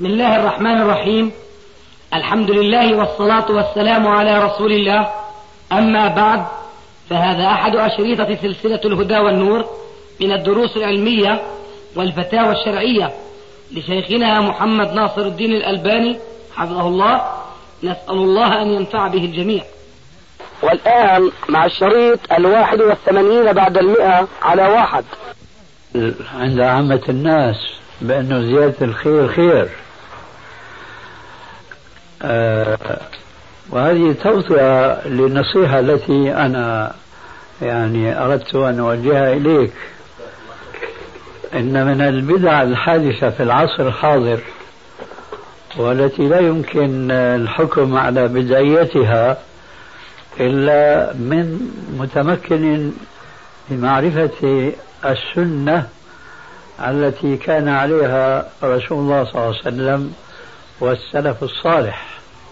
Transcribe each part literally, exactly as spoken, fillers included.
بسم الله الرحمن الرحيم. الحمد لله والصلاة والسلام على رسول الله. أما بعد، فهذا أحد أشريطة سلسلة الهدى والنور من الدروس العلمية والفتاوى الشرعية لشيخنا محمد ناصر الدين الألباني حفظه الله. نسأل الله أن ينفع به الجميع. والآن مع الشريط الواحد والثمانين بعد المئة على واحد. عند عامة الناس بأنه زيادة الخير خير، آه وهذه توطئة للنصيحة التي أنا يعني أردت أن أوجهها إليك. إن من البدع الحادثة في العصر الحاضر والتي لا يمكن الحكم على بدعيتها إلا من متمكن بمعرفة السنة التي كان عليها رسول الله صلى الله عليه وسلم والسلف الصالح.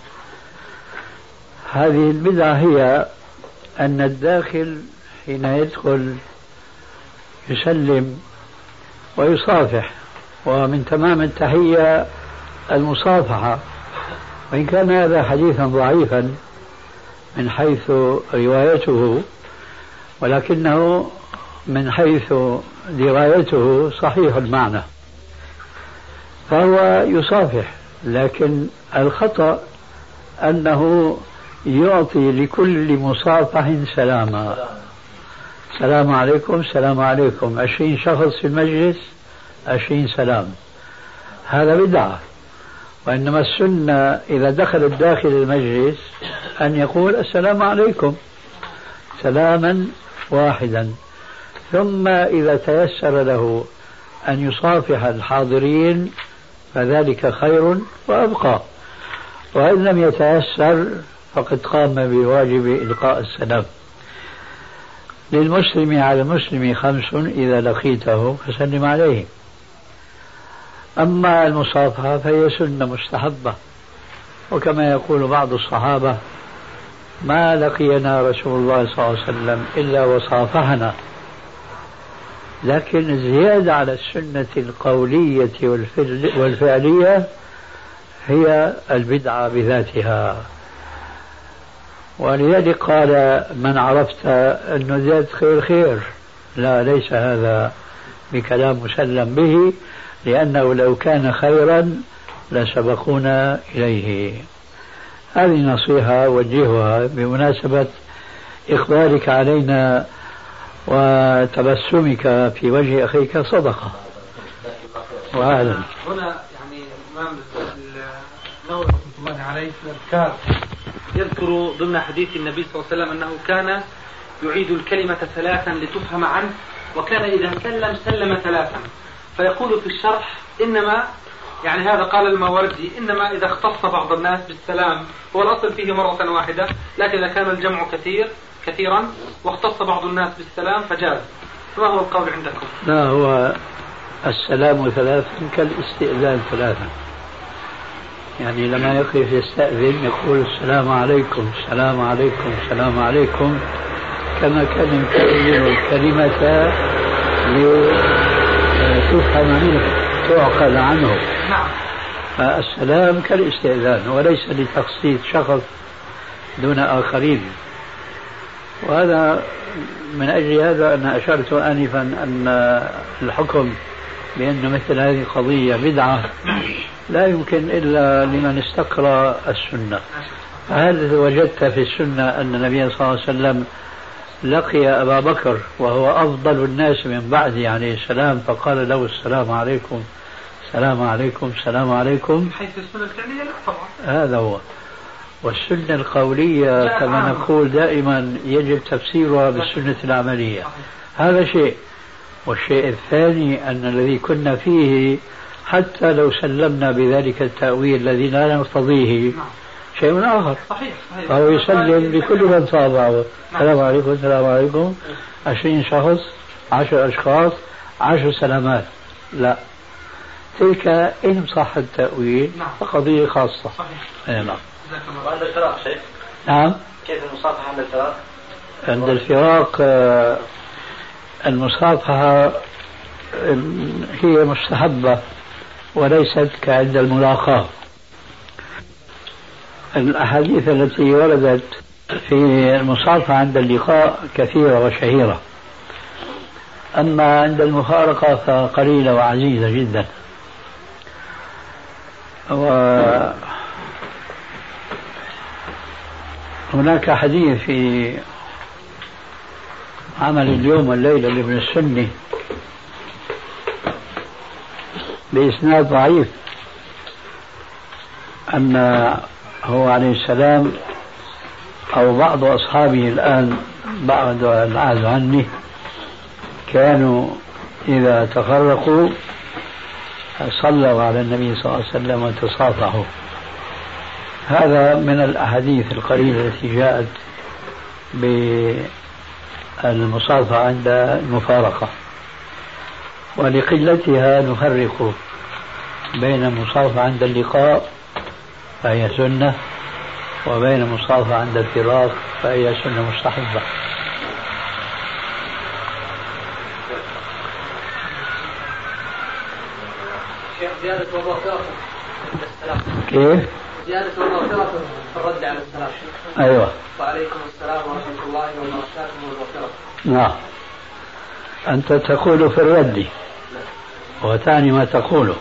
هذه البدعة هي أن الداخل حين يدخل يسلم ويصافح، ومن تمام التحية المصافحة، وإن كان هذا حديثا ضعيفا من حيث روايته، ولكنه من حيث درايته صحيح المعنى، فهو يصافح. لكن الخطأ أنه يعطي لكل مصافح سلاما، السلام عليكم السلام عليكم، عشرين شخص في المجلس عشرين سلام، هذا بدعة. وإنما السنة إذا دخل الداخل المجلس أن يقول السلام عليكم سلاما واحدا، ثم إذا تيسر له أن يصافح الحاضرين فذلك خير وأبقى، وإن لم يتيسر فقد قام بواجب إلقاء السلام. للمسلم على المسلم خمس إذا لقيته فسلم عليه. أما المصافحة فهي سنة مستحبة، وكما يقول بعض الصحابة ما لقينا رسول الله صلى الله عليه وسلم إلا وصافحنا. لكن الزيادة على السنة القولية والفعلية هي البدعة بذاتها. ولذلك قال من عرفت أن زيادة خير خير، لا، ليس هذا بكلام مسلم به، لأنه لو كان خيرا لسبقونا إليه. هذه نصيحة وجهها بمناسبة إقبالك علينا وتبسمك في وجه أخيك صدقة. وأهلا. هنا يعني الإمام النووي رحمة الله عليه في الأذكار يذكر ضمن حديث النبي صلى الله عليه وسلم أنه كان يعيد الكلمة ثلاثا لتفهم عنه، وكان إذا سلم سلم ثلاثا. فيقول في الشرح إنما يعني هذا قال الماوردي إنما إذا اختص بعض الناس بالسلام هو الأصل فيه مرة واحدة، لكن إذا كان الجمع كثير كثيرا واختص بعض الناس بالسلام فجاز. فما هو القول عندكم؟ لا، هو السلام ثلاثا كالاستئذان ثلاثا، يعني لما يقف يستأذن يقول السلام عليكم السلام عليكم السلام عليكم، كما كان يكرر الكلمة لتفهم منه تعقل عنه. فالسلام كالاستئذان وليس لتخصيص شخص دون آخرين. وهذا من أجل هذا أنا أشرت آنفا أن الحكم بأن مثل هذه القضية بدعة لا يمكن إلا لمن استقرأ السنة. هل وجدت في السنة أن النبي صلى الله عليه وسلم لقي أبا بكر وهو أفضل الناس من بعده عليه السلام فقال له السلام عليكم السلام عليكم السلام عليكم؟ حيث السنة الفعلية لا طبعا. هذا هو. والسنة القولية كما نقول دائما يجب تفسيرها بالسنة العملية، هذا شيء. والشيء الثاني أن الذي كنا فيه حتى لو سلمنا بذلك التأويل الذي لا نرتضيه شيء آخر. صحيح. صحيح. فهو يسلم لكل من صابعه السلام عليكم السلام عليكم، عشرين شخص عشر أشخاص عشر سلامات، لا، تلك إن صح التأويل فقضية خاصة. صحيح. نعم. وعند الفراق شيخ؟ نعم. كيف المصافحة عند الفراق؟ عند الفراق المصافحة هي مستحبة وليست كعند الملاقاة. الأحاديث التي وردت في المصافحة عند اللقاء كثيرة وشهيرة، أما عند المفارقة فقليلة وعزيزة جدا. وهناك حديث في عمل اليوم والليلة لابن السني بإسناد ضعيف أن هو عليه السلام أو بعض أصحابه الآن بعد العهد عني كانوا إذا تفرقوا صلوا على النبي صلى الله عليه وسلم وتصافحوا. هذا من الأحاديث القليلة التي جاءت بالمصافحة عند المفارقة، ولقلتها نفرق بين المصافحة عند اللقاء فهي سنة، وبين المصافحة عند الفراق فهي سنة مستحبة. زيادة ومغفرة عند السلام. كيف؟ زيادة ومغفرة في الرد على السلام. أيوة. وعليكم السلام ورحمة الله وبركاته والمغفرة. نعم. أنت تقول في الرد وتعني ما تقوله.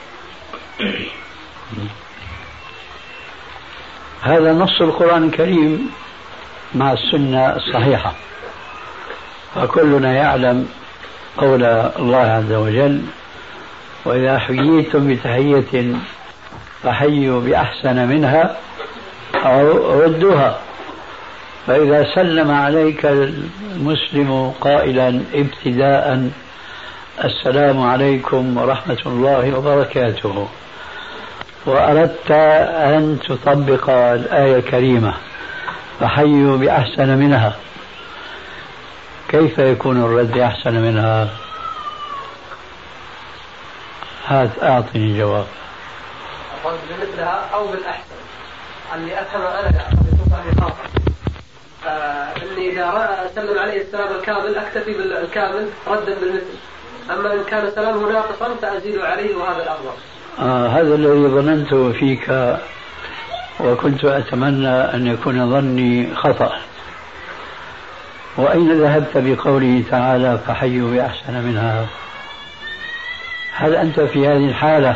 هذا نص القرآن الكريم مع السنة الصحيحة، فكلنا يعلم قول الله عز وجل: وإذا حييتم بتحية فحيوا بأحسن منها أو ردوها. فإذا سلم عليك المسلم قائلا ابتداء: السلام عليكم ورحمة الله وبركاته، وأردت أن تطبق الآية الكريمة فحيوا بأحسن منها، كيف يكون الرد أحسن منها؟ هات أعطني جواب. الرد بمثلها أو بالأحسن. اللي أفهم أنا بصفة خاصة آه إني إذا سلم عليه السلام الكامل أكتفي بالكامل ردا بالمثل، أما إن كان سلامه ناقصا فأزيد عليه، وهذا الأفضل. آه هذا الذي ظننته فيك، وكنت أتمنى أن يكون ظني خطأ. وأين ذهبت بقوله تعالى فحيوا بأحسن منها؟ هل أنت في هذه الحالة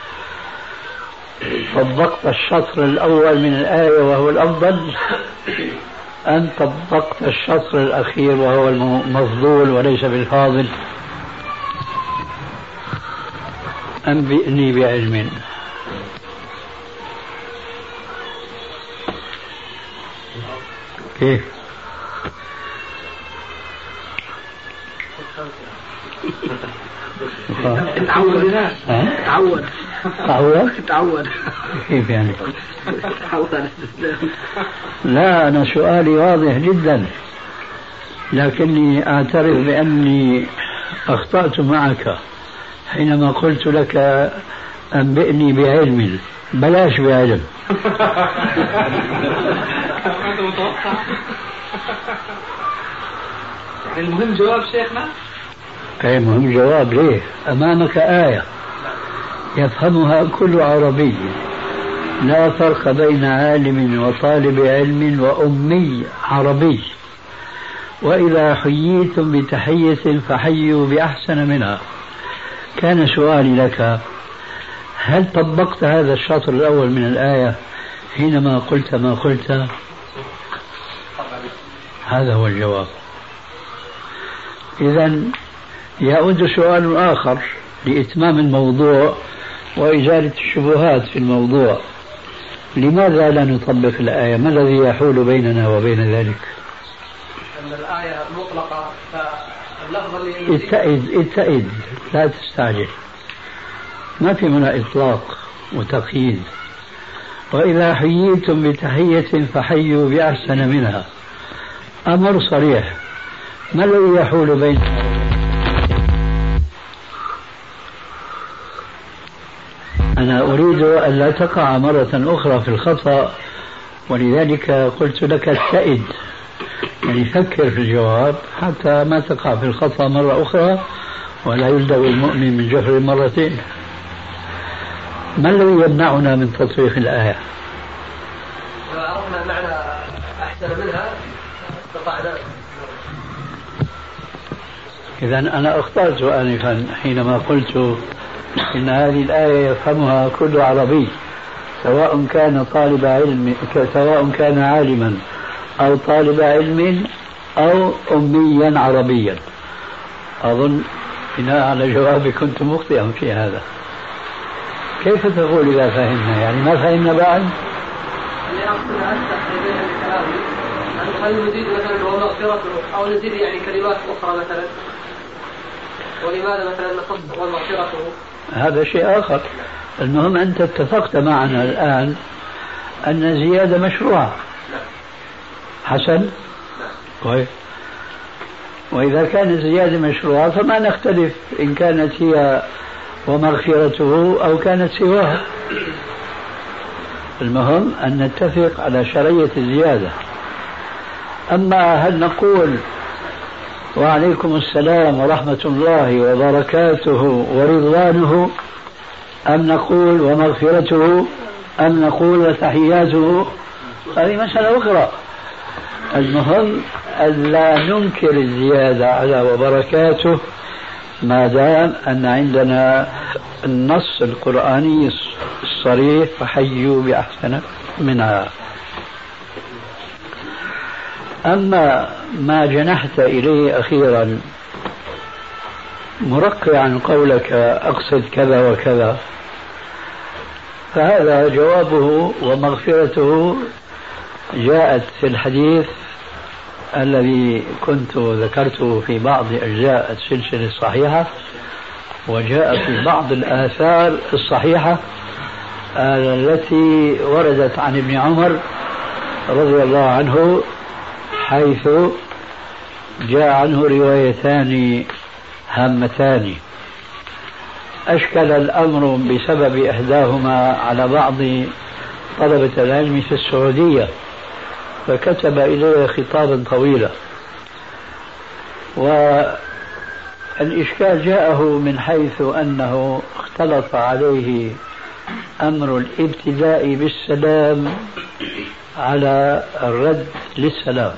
طبقت الشطر الأول من الآية وهو الأفضل، أم طبقت الشطر الأخير وهو المفضول وليس بالفاضل؟ أنبئني بعلم. كيف؟ تعود تعود تعود تعود كيف يعني؟ تعود. لا، أنا سؤالي واضح جدا، لكني أعترف بأني أخطأت معك حينما قلت لك أنبئني بعلم، بلاش بعلم. المهم جواب شيخنا. أي مهم جواب. ليه؟ أمامك آية يفهمها كل عربي: لا فرق بين عالم وطالب علم وأمي عربي، وإذا حييتم بتحية فحيوا بأحسن منها. كان سؤالي لك: هل طبقت هذا الشطر الأول من الآية حينما قلت ما قلت؟ هذا هو الجواب. إذن يعود سؤال آخر لإتمام الموضوع وإزالة الشبهات في الموضوع: لماذا لا نطبق الآية؟ ما الذي يحول بيننا وبين ذلك؟ أن الآية مطلقة، فاللفظ اللي اتئد اتئد لا تستعجل، ما في هنا إطلاق وتقييد. وإذا حييتم بتحية فحيوا بأحسن منها، أمر صريح. ما الذي يحول بيننا؟ أنا أريد أن لا تقع مرة أخرى في الخطأ، ولذلك قلت لك اتئد، يعني فكر في الجواب حتى ما تقع في الخطأ مرة أخرى، ولا يلدغ المؤمن من جحر مرتين. ما الذي يمنعنا من تطبيق الآية؟ لو عرفنا معنى أحسن منها استطعنا. إذا أنا أخطأت آنفا حينما قلت إن هذه الآية يفهمها كل عربي، سواء كان طالب علم، سواء كان عالما أو طالب علم أو أميا عربيا. أظن بناء على جوابي كنت مخطئا في هذا. كيف تقول إذا فهمنا؟ يعني ما فهمنا بعد؟ اللي أقصد أفتح بين الكلام أن هل نزيد مثلا ومغفرته أو نزيد يعني كلمات أخرى مثلا، ولماذا مثلا نخص ومغفرته؟ هذا شيء آخر. المهم أنت اتفقت معنا الآن أن الزيادة مشروعة. حسن؟ طيب، وإذا كانت الزيادة مشروعة فما نختلف إن كانت هي ومغفرته أو كانت سواها. المهم أن نتفق على شرعية الزيادة. أما هل نقول وعليكم السلام ورحمة الله وبركاته ورضوانه، أم نقول ومغفرته، أم نقول وتحياته، هذه مسألة أخرى. المهم ألا ننكر الزيادة على وبركاته ما دام أن عندنا النص القرآني الصريح فحيوا بأحسن منها. أما ما جنحت إليه أخيرا مرقعا قولك أقصد كذا وكذا، فهذا جوابه ومغفرته جاءت في الحديث الذي كنت ذكرته في بعض أجزاء السلسلة الصحيحة، وجاء في بعض الآثار الصحيحة التي وردت عن ابن عمر رضي الله عنه، حيث جاء عنه روايتان هامتان أشكل الأمر بسبب إحداهما على بعض طلبة العلم في السعودية، فكتب إليه خطابا طويلا. والإشكال جاءه من حيث أنه اختلط عليه أمر الابتداء بالسلام على الرد للسلام.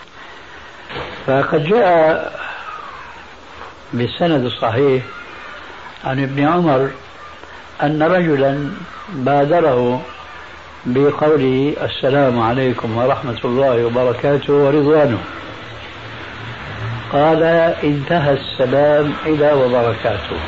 فقد جاء بالسند الصحيح عن ابن عمر أن رجلا بادره بقوله السلام عليكم ورحمة الله وبركاته ورضوانه، قال انتهى السلام إلى وبركاته،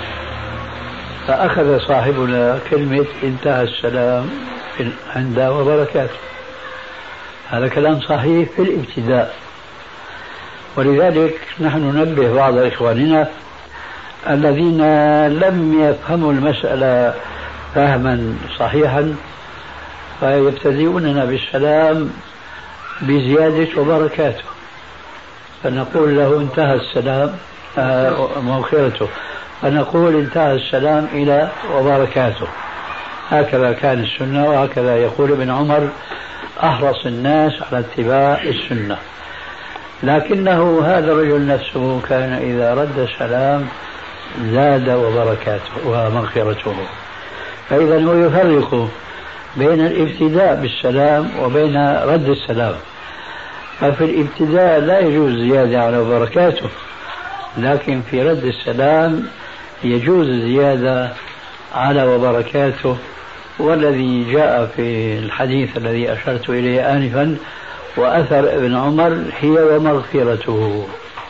فأخذ صاحبنا كلمة انتهى السلام عند وبركاته. هذا كلام صحيح في الابتداء، ولذلك نحن ننبه بعض إخواننا الذين لم يفهموا المسألة فهما صحيحا فيبتدئوننا بالسلام بزيادة وبركاته، فنقول له انتهى السلام مغفرته، فنقول انتهى السلام إلى وبركاته. هكذا كان السنة، وهكذا يقول ابن عمر أحرص الناس على اتباع السنة. لكنه هذا الرجل نفسه كان إذا رد السلام زاد وبركاته ومغفرته. فإذا هو يفرق بين الابتداء بالسلام وبين رد السلام. ففي الابتداء لا يجوز زيادة على وبركاته، لكن في رد السلام يجوز زيادة على وبركاته. والذي جاء في الحديث الذي أشرت إليه آنفا وأثر ابن عمر هي ومغفرته.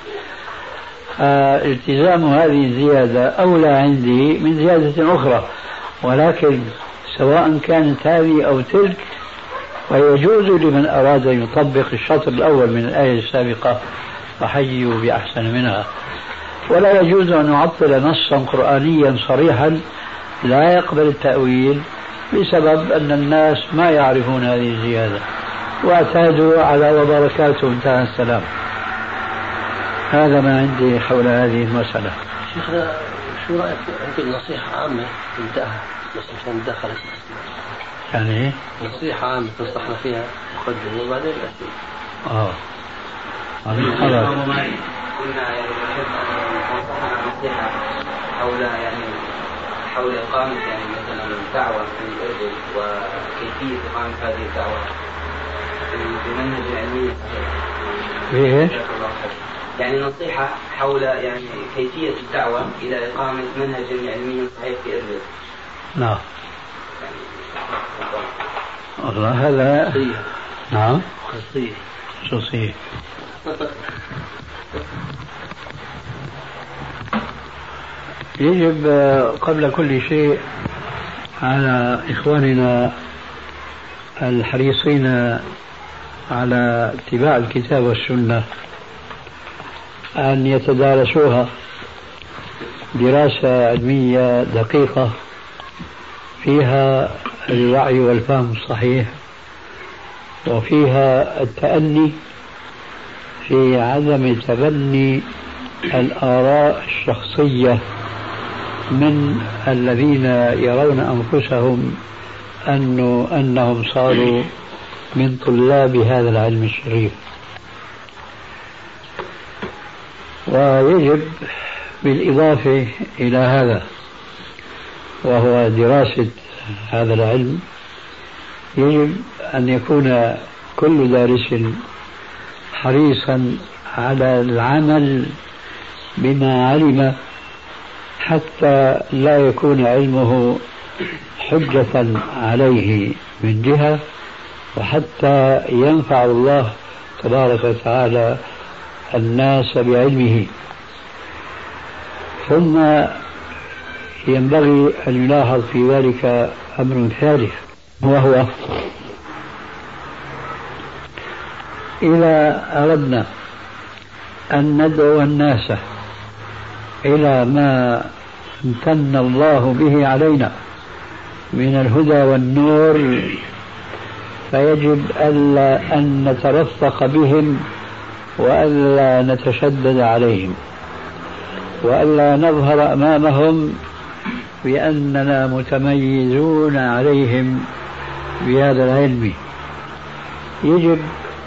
التزام هذه الزيادة أولى عندي من زيادة أخرى، ولكن سواء كانت هذه أو تلك فيجوز لمن أراد أن يطبق الشطر الأول من الآية السابقة فحيوا بأحسن منها. ولا يجوز أن نعطل نصا قرآنيا صريحا لا يقبل التأويل بسبب أن الناس ما يعرفون هذه الزيادة واعتادوا على وبركاته انتهى السلام. هذا ما عندي حول هذه المسألة. شيخنا شو رأيك ممكن نصيحة عامة انتهى بس عشان دخلت يعني نصيحة عامة نصحنا فيها مقدمة وبعدين الأسئلة. آه هذه خلاص. قلنا يعني نحب أن نصحنا نصيحة حول يعني حول إقامة يعني مثلا الدعوة في الأردن وكيفية إقامة هذه الدعوة بمنهج علمي صحيح. يعني نصيحة حول يعني كيفية الدعوة إلى إقامة منهج علمي صحيح في أردن. نعم. والله هذا نعم خصوصية خصوصية. يجب قبل كل شيء على إخواننا الحريصين على اتباع الكتاب والسنة أن يتدارسوها دراسة علمية دقيقة فيها الوعي والفهم الصحيح، وفيها التأني في عدم تبني الآراء الشخصية من الذين يرون أنفسهم أنه أنهم صاروا من طلاب هذا العلم الشريف. ويجب بالإضافة إلى هذا وهو دراسة هذا العلم يجب أن يكون كل دارس حريصا على العمل بما علم حتى لا يكون علمه حجة عليه من جهة، وحتى ينفع الله تبارك وتعالى الناس بعلمه. ثم ينبغي أن يلاحظ في ذلك أمر ثالث، وهو إذا أردنا أن ندعو الناس إلى ما امتن الله به علينا من الهدى والنور فيجب ألا أن نترفق بهم وألا نتشدد عليهم وألا نظهر أمامهم بأننا متميزون عليهم بهذا العلم. يجب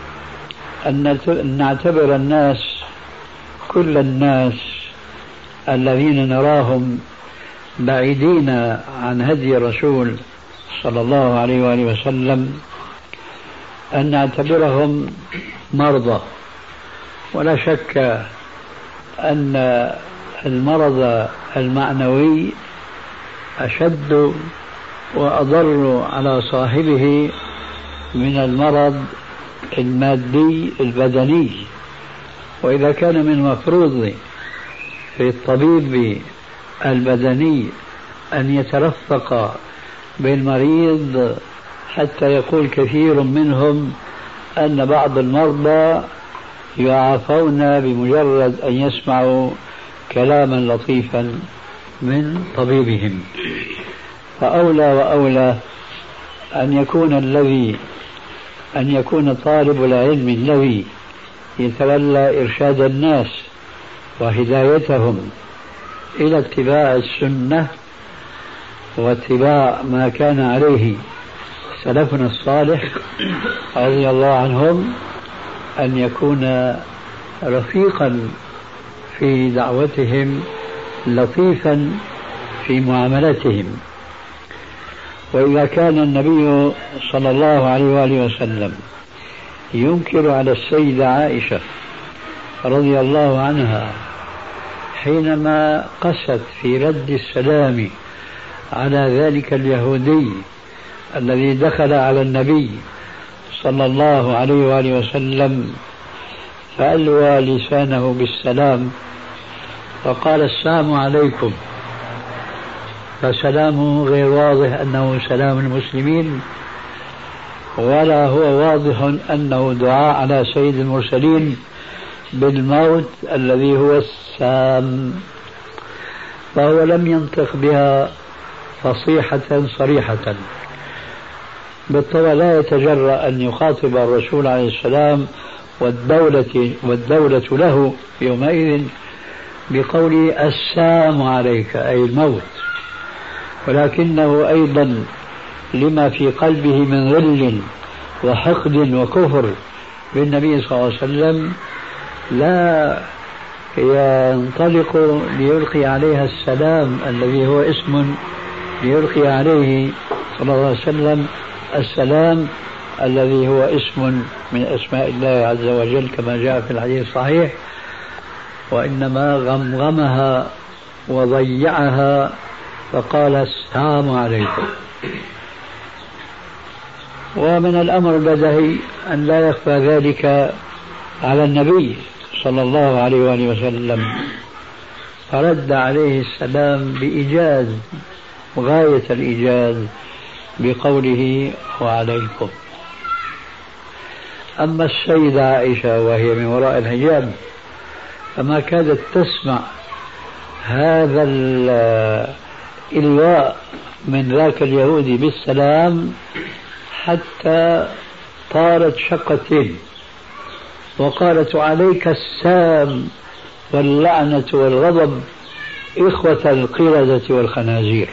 أن نعتبر الناس كل الناس الذين نراهم بعيدين عن هدي الرسول صلى الله عليه وآله وسلم أن نعتبرهم مرضى. ولا شك أن المرض المعنوي أشد وأضر على صاحبه من المرض المادي البدني. وإذا كان من المفروض في الطبيب البدني أن يترفق بالمريض حتى يقول كثير منهم أن بعض المرضى يعافون بمجرد أن يسمعوا كلاما لطيفا من طبيبهم، فأولى وأولى أن يكون الذي أن يكون طالب العلم الذي يتولى إرشاد الناس وهدايتهم إلى اتباع السنة واتباع ما كان عليه سلفنا الصالح رضي الله عنهم أن يكون رفيقا في دعوتهم لطيفا في معاملتهم. وإذا كان النبي صلى الله عليه وآله وسلم ينكر على السيدة عائشة رضي الله عنها حينما قست في رد السلام على ذلك اليهودي الذي دخل على النبي صلى الله عليه وآله وسلم فألوى لسانه بالسلام فقال السلام عليكم، فسلامه غير واضح أنه سلام المسلمين ولا هو واضح أنه دعاء على سيد المرسلين بالموت الذي هو السام، فهو لم ينطق بها فصيحة صريحة. بالطبع لا يتجرأ أن يخاطب الرسول عليه السلام والدولة, والدولة له يومئذ بقول السام عليك أي الموت، ولكنه أيضا لما في قلبه من غل وحقد وكفر بالنبي صلى الله عليه وسلم لا ينطلق ليلقي عليها السلام الذي هو اسم ليلقي عليه صلى الله عليه وسلم السلام الذي هو اسم من أسماء الله عز وجل كما جاء في الحديث الصحيح، وإنما غمغمها وضيعها فقال السلام عليكم. ومن الأمر البديهي أن لا يخفى ذلك على النبي صلى الله عليه وآله وسلم، فرد عليه السلام بإيجاز غاية الإيجاز بقوله وعليكم. أما السيدة عائشة وهي من وراء الحجاب فما كادت تسمع هذا الإلواء من ذاك اليهودي بالسلام حتى طارت شقتين وقالت عليك السام واللعنة والغضب إخوة القردة والخنازير.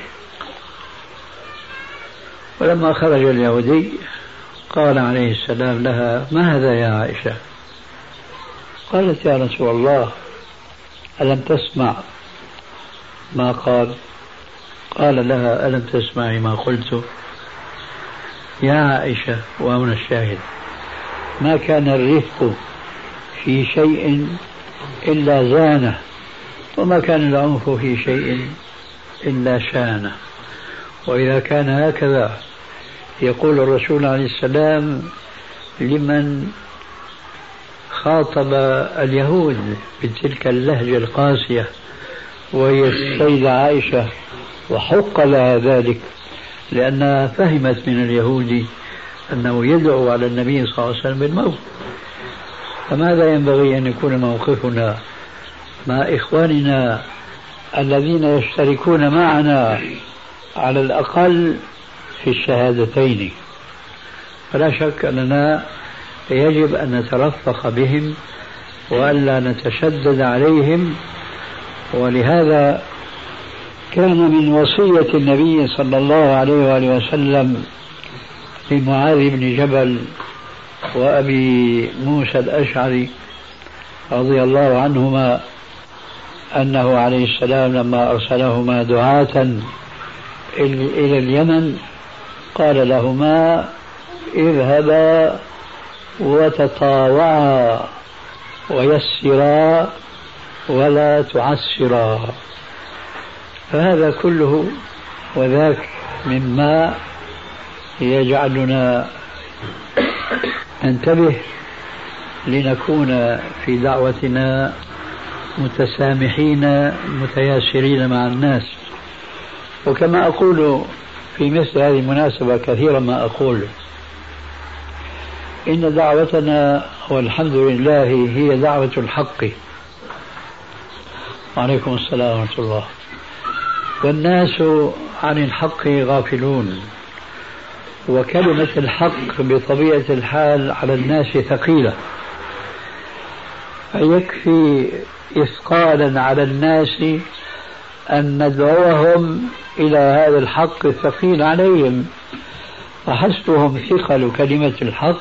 ولما خرج اليهودي قال عليه السلام لها ما هذا يا عائشة؟ قالت يا رسول الله ألم تسمع ما قال؟ قال لها ألم تسمعي ما قلت؟ يا عائشة، وهنا الشاهد، ما كان الرفق في شيء إلا زانه، وما كان العنف في شيء إلا شانه. وإذا كان هكذا يقول الرسول عليه السلام لمن خاطب اليهود بتلك اللهجة القاسية وهي السيدة عائشة، وحق لها ذلك لأنها فهمت من اليهود أنه يدعو على النبي صلى الله عليه وسلم بالموت. فماذا ينبغي أن يكون موقفنا مع إخواننا الذين يشتركون معنا على الأقل في الشهادتين؟ فلا شك أننا يجب أن نترفق بهم وألا نتشدد عليهم. ولهذا كان من وصية النبي صلى الله عليه وآله وسلم لمعاذ بن جبل وأبي موسى الأشعري رضي الله عنهما أنه عليه السلام لما أرسلهما دعاة إلى اليمن قال لهما اذهبا وتطاوعا ويسرا ولا تعسرا. فهذا كله وذاك مما يجعلنا ننتبه لنكون في دعوتنا متسامحين متياسرين مع الناس. وكما أقول في مثل هذه المناسبة كثيرا ما أقول إن دعوتنا والحمد لله هي دعوة الحق. وعليكم السلام ورحمة الله. والناس عن الحق غافلون، وكلمة الحق بطبيعة الحال على الناس ثقيلة، فيكفي إثقالا على الناس أن ندعوهم إلى هذا الحق الثقيل عليهم، فحسبهم ثقل كلمة الحق.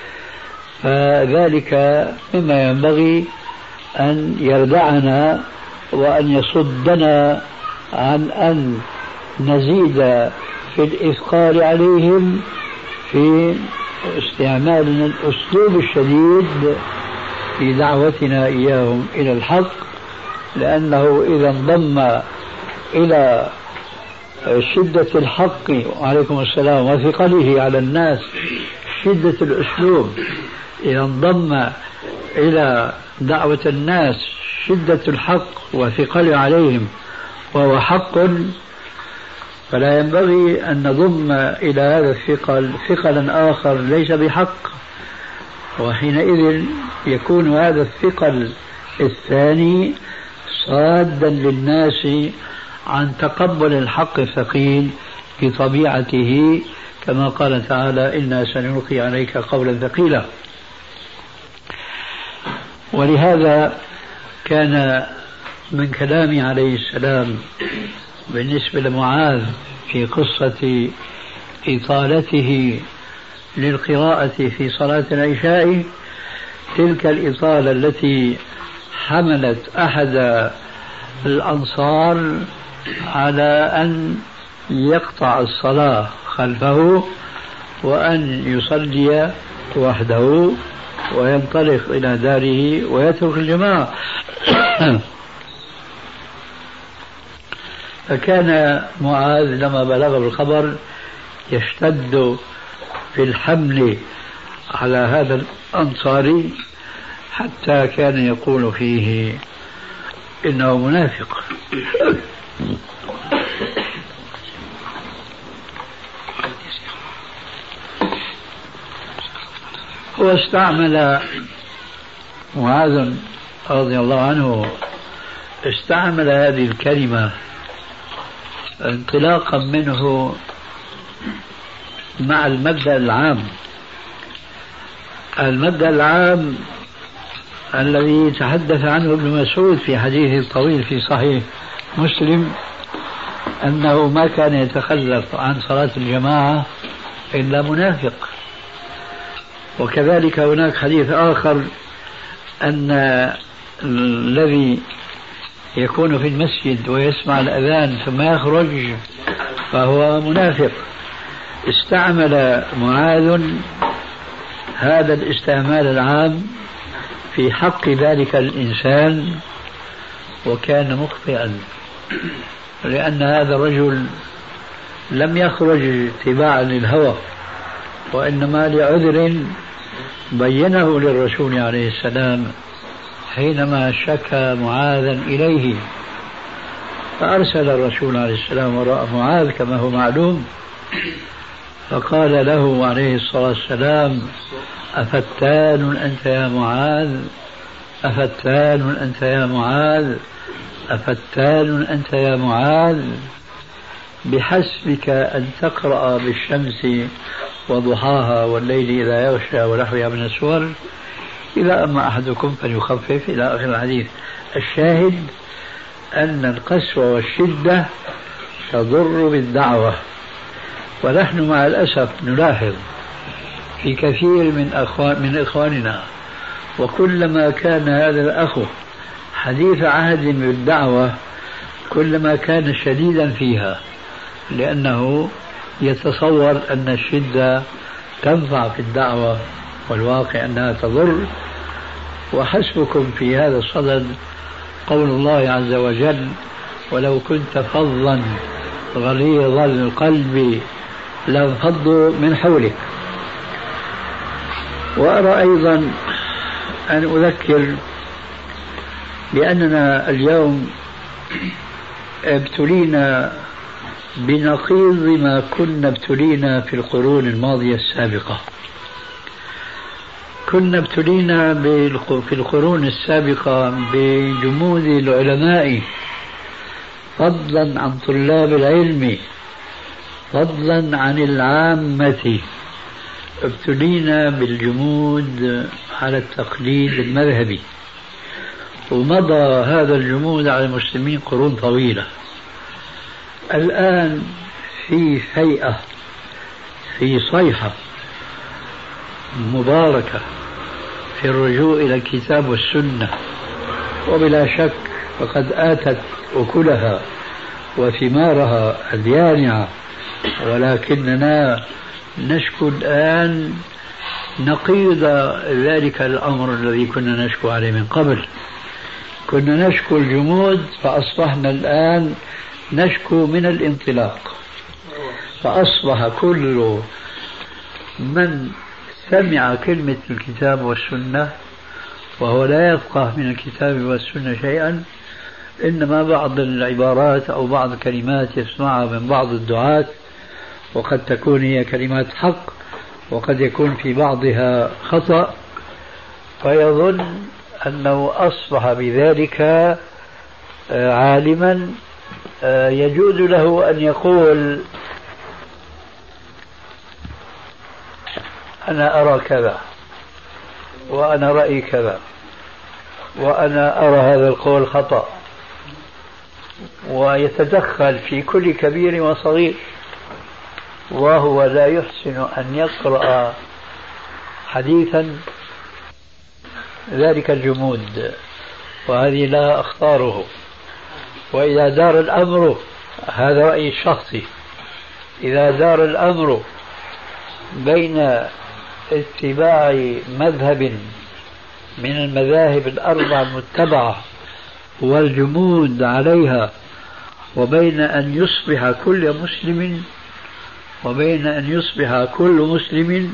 فذلك مما ينبغي أن يردعنا وأن يصدنا عن أن نزيد في الإثقال عليهم في استعمالنا الأسلوب الشديد في دعوتنا إياهم إلى الحق، لأنه إذا انضم إلى شدة الحق وعليكم السلام وثقله على الناس شدة الأسلوب، إذا انضم إلى دعوة الناس شدة الحق وثقله عليهم وهو حق، فلا ينبغي أن نضم إلى هذا الثقل ثقلا آخر ليس بحق، وحينئذ يكون هذا الثقل الثاني صادا للناس عن تقبل الحق الثقيل بطبيعته، كما قال تعالى إنا سنلقي عليك قولا ثقيلا. ولهذا كان من كلام عليه السلام بالنسبة لمعاذ في قصة إطالته للقراءة في صلاة العشاء تلك الإطالة التي حملت أحد الأنصار على أن يقطع الصلاة خلفه وأن يصلي وحده وينطلق إلى داره ويترك الجماعة. فكان معاذ لما بلغ بالخبر يشتد في الحمل على هذا الأنصاري حتى كان يقول فيه إنه منافق. هو استعمل معاذ رضي الله عنه استعمل هذه الكلمة انطلاقا منه مع المبدأ العام، المبدأ العام الذي تحدث عنه ابن مسعود في حديثه الطويل في صحيح مسلم أنه ما كان يتخلف عن صلاة الجماعة إلا منافق. وكذلك هناك حديث آخر أن الذي يكون في المسجد ويسمع الأذان ثم يخرج فهو منافق. استعمل معاذ هذا الاستعمال العام في حق ذلك الإنسان وكان مخطئا، لأن هذا الرجل لم يخرج اتباعا للهوى وإنما لعذر بينه للرسول عليه السلام حينما شكى معاذا إليه، فأرسل الرسول عليه السلام وراء معاذ كما هو معلوم فقال له عليه الصلاة والسلام أفتان أنت يا معاذ أفتان أنت يا معاذ أفتان أنت يا معاذ بحسبك أن تقرأ بالشمس وضحاها والليل إذا يغشى ونحوها من السور إذا أما أحدكم فليخفف إلى آخر الحديث. الشاهد أن القسوة والشدة تضر بالدعوة، ونحن مع الأسف نلاحظ في كثير من أخوان من إخواننا وكلما كان هذا الأخ حديث عهد بالدعوة كلما كان شديدا فيها، لأنه يتصور أن الشدة تنفع في الدعوة والواقع أنها تضر. وحسبكم في هذا الصدد قول الله عز وجل ولو كنت فظا غليظ القلب لانفضوا من حولك. وأرى أيضا أن أذكر بأننا اليوم ابتلينا بنقيض ما كنا ابتلينا في القرون الماضية السابقة. كنا ابتلينا في القرون السابقة بجمود العلماء فضلا عن طلاب العلم فضلا عن العامة، ابتلينا بالجمود على التقليد المذهبي، ومضى هذا الجمود على المسلمين قرون طويلة. الآن في هيئة في صيحة مباركة في الرجوع إلى الكتاب والسنة، وبلا شك فقد آتت أكلها وثمارها اليانعة، ولكننا نشكو الآن نقيض ذلك الأمر الذي كنا نشكو عليه من قبل. كنا نشكو الجمود فأصبحنا الآن نشكو من الانطلاق، فأصبح كل من سمع كلمة الكتاب والسنة وهو لا يفقه من الكتاب والسنة شيئا، إنما بعض العبارات أو بعض الكلمات يسمعها من بعض الدعاة، وقد تكون هي كلمات حق وقد يكون في بعضها خطأ، فيظن أنه أصبح بذلك عالما يجوز له أن يقول أنا أرى كذا وأنا رأيي كذا وأنا أرى هذا القول خطأ، ويتدخل في كل كبير وصغير، وهو لا يحسن أن يقرأ حديثا ذلك الجمود، وهذه لها أخطاره. وإذا دار الأمر هذا رأيي الشخصي إذا دار الأمر بين اتباع مذهب من المذاهب الأربع المتبعة والجمود عليها، وبين أن يصبح كل مسلم وبين أن يصبح كل مسلم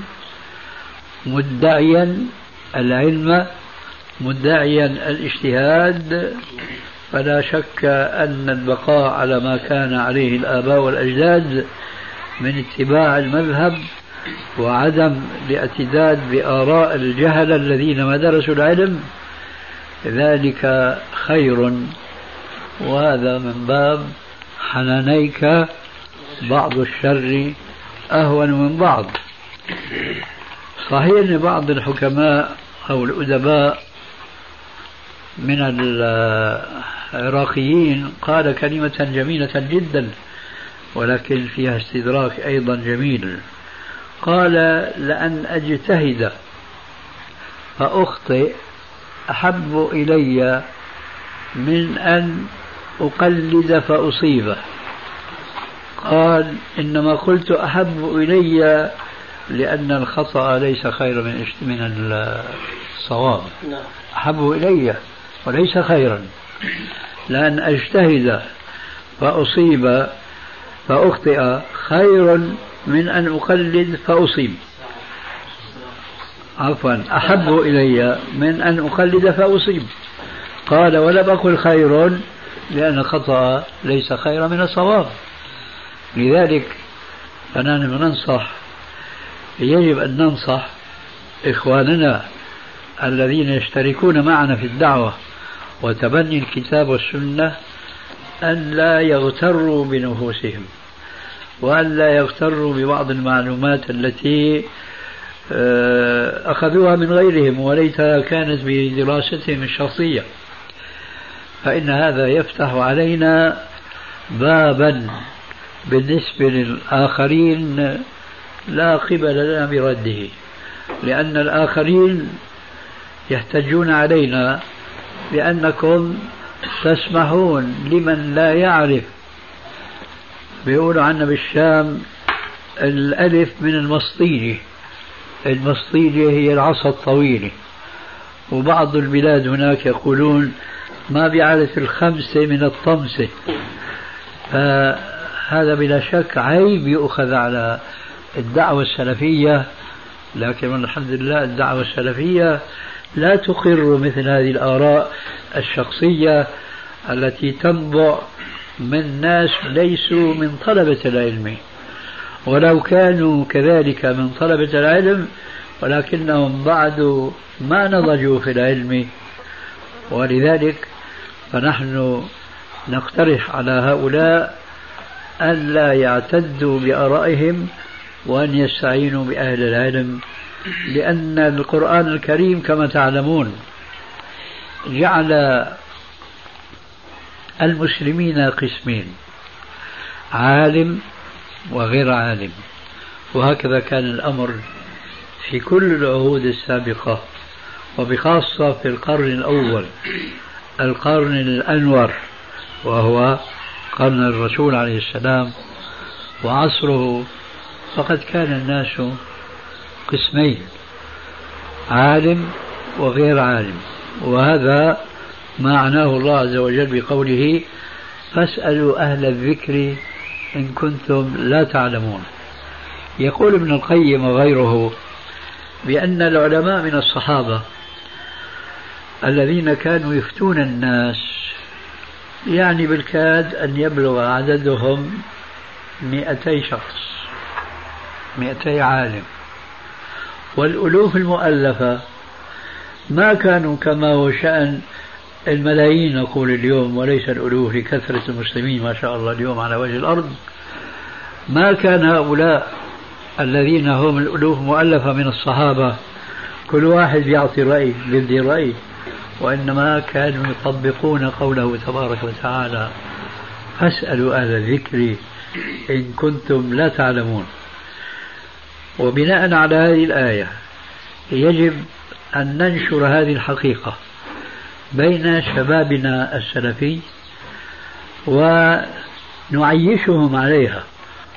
مدعيا العلم مدعيا الاجتهاد، فلا شك أن البقاء على ما كان عليه الآباء والأجداد من اتباع المذهب وعدم الاعتداد بآراء الجهل الذين ما درسوا العلم ذلك خير. وهذا من باب حنانيك بعض الشر أهون من بعض. صحيح أن بعض الحكماء أو الأدباء من العراقيين قال كلمة جميلة جدا ولكن فيها استدراك أيضا جميل. قال: لأن أجتهد فأخطئ أحب إلي من أن أقلد فأصيبه. قال: إنما قلت أحب إلي لأن الخطأ ليس خيرا من الصواب، أحب إلي وليس خيرا. لأن أجتهد فأصيب فأخطئ خير من أن أقلد فأصيب، عفوا أحب إلي من أن أقلد فأصيب. قال: ولم أقل خير لأن الخطأ ليس خيرا من الصواب. لذلك فنحن ننصح، يجب أن ننصح إخواننا الذين يشتركون معنا في الدعوة وتبني الكتاب والسنة أن لا يغتروا بنفوسهم، وأن لا يغتروا ببعض المعلومات التي أخذوها من غيرهم وليتها كانت بدراستهم الشخصية، فإن هذا يفتح علينا بابا بالنسبة للآخرين لا قبل لنا برده، لأن الآخرين يحتجون علينا بأنكم تسمحون لمن لا يعرف. بيقولوا عنا بالشام الألف من المسطيلة، المسطيلة هي العصا الطويلة، وبعض البلاد هناك يقولون ما بيعرف الخمسة من الطمسة. فهذا بلا شك عيب يؤخذ على الدعوة السلفية، لكن الحمد لله الدعوة السلفية لا تقر مثل هذه الآراء الشخصية التي تنبع من ناس ليسوا من طلبة العلم، ولو كانوا كذلك من طلبة العلم ولكنهم بعد ما نضجوا في العلم. ولذلك فنحن نقترح على هؤلاء أن لا يعتدوا بآرائهم وأن يستعينوا بأهل العلم، لأن القرآن الكريم كما تعلمون جعل المسلمين قسمين: عالم وغير عالم، وهكذا كان الأمر في كل العهود السابقة، وبخاصة في القرن الأول القرن الأنور وهو قرن الرسول عليه السلام وعصره، فقد كان الناس قسمين: عالم وغير عالم. وهذا ما معناه الله عز وجل بقوله: فاسألوا أهل الذكر إن كنتم لا تعلمون. يقول ابن القيم وغيره بأن العلماء من الصحابة الذين كانوا يفتون الناس يعني بالكاد أن يبلغ عددهم مئتي شخص، مئتي عالم، والألوف المؤلفة ما كانوا كما هو شأن الملايين نقول اليوم، وليس الألوف لكثرة المسلمين ما شاء الله اليوم على وجه الأرض. ما كان هؤلاء الذين هم الألوف مؤلفة من الصحابة كل واحد يعطي رأي يبدي رأي، وإنما كانوا يطبقون قوله تبارك وتعالى: فاسألوا أهل الذكر إن كنتم لا تعلمون. وبناء على هذه الآية يجب أن ننشر هذه الحقيقة بين شبابنا السلفي ونعيشهم عليها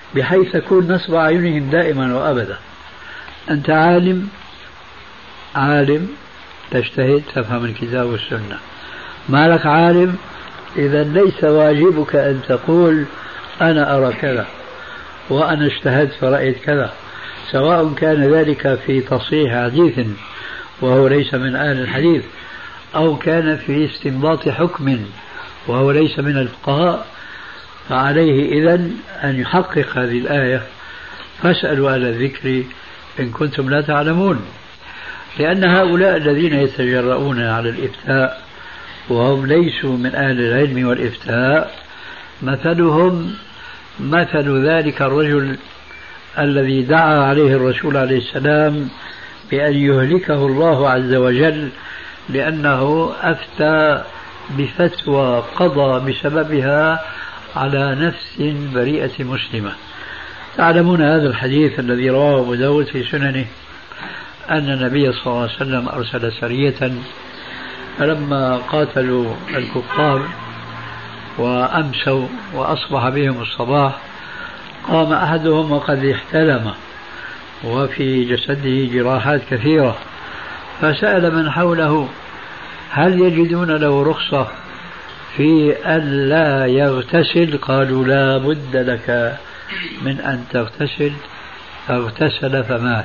بحيث تكون نصب أعينهم دائما وأبدا. أنت عالم عالم تجتهد تفهم الكتاب والسنة، ما لك عالم إذا ليس واجبك أن تقول أنا أرى كذا وأنا اجتهدت فرأيت كذا، سواء كان ذلك في تصحيح حديث وهو ليس من أهل الحديث، أو كان في استنباط حكم وهو ليس من الفقهاء. فعليه إذن أن يحقق هذه الآية فاسألوا أهل الذكر إن كنتم لا تعلمون، لأن هؤلاء الذين يتجرؤون على الإفتاء وهم ليسوا من أهل العلم والإفتاء مثلهم مثل ذلك الرجل الذي دعا عليه الرسول عليه السلام بأن يهلكه الله عز وجل لأنه أفتى بفتوى قضى بسببها على نفس بريئة مسلمة. تعلمون هذا الحديث الذي رواه أبو داود في سننه أن النبي صلى الله عليه وسلم أرسل سرية، فلما قاتلوا الكفار وأمسوا وأصبح بهم الصباح قام أحدهم وقد احتلم وفي جسده جراحات كثيرة، فسأل من حوله هل يجدون له رخصة في أن لا يغتسل؟ قالوا لا بد لك من أن تغتسل، فاغتسل فمات.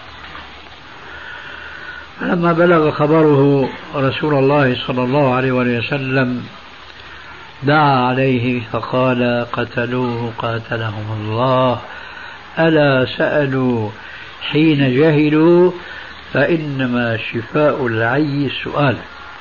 فلما بلغ خبره رسول الله صلى الله عليه وسلم دعا عليه فقال قتلوه قاتلهم الله، ألا سألوا حين جهلوا فإنما شفاء العي السؤال.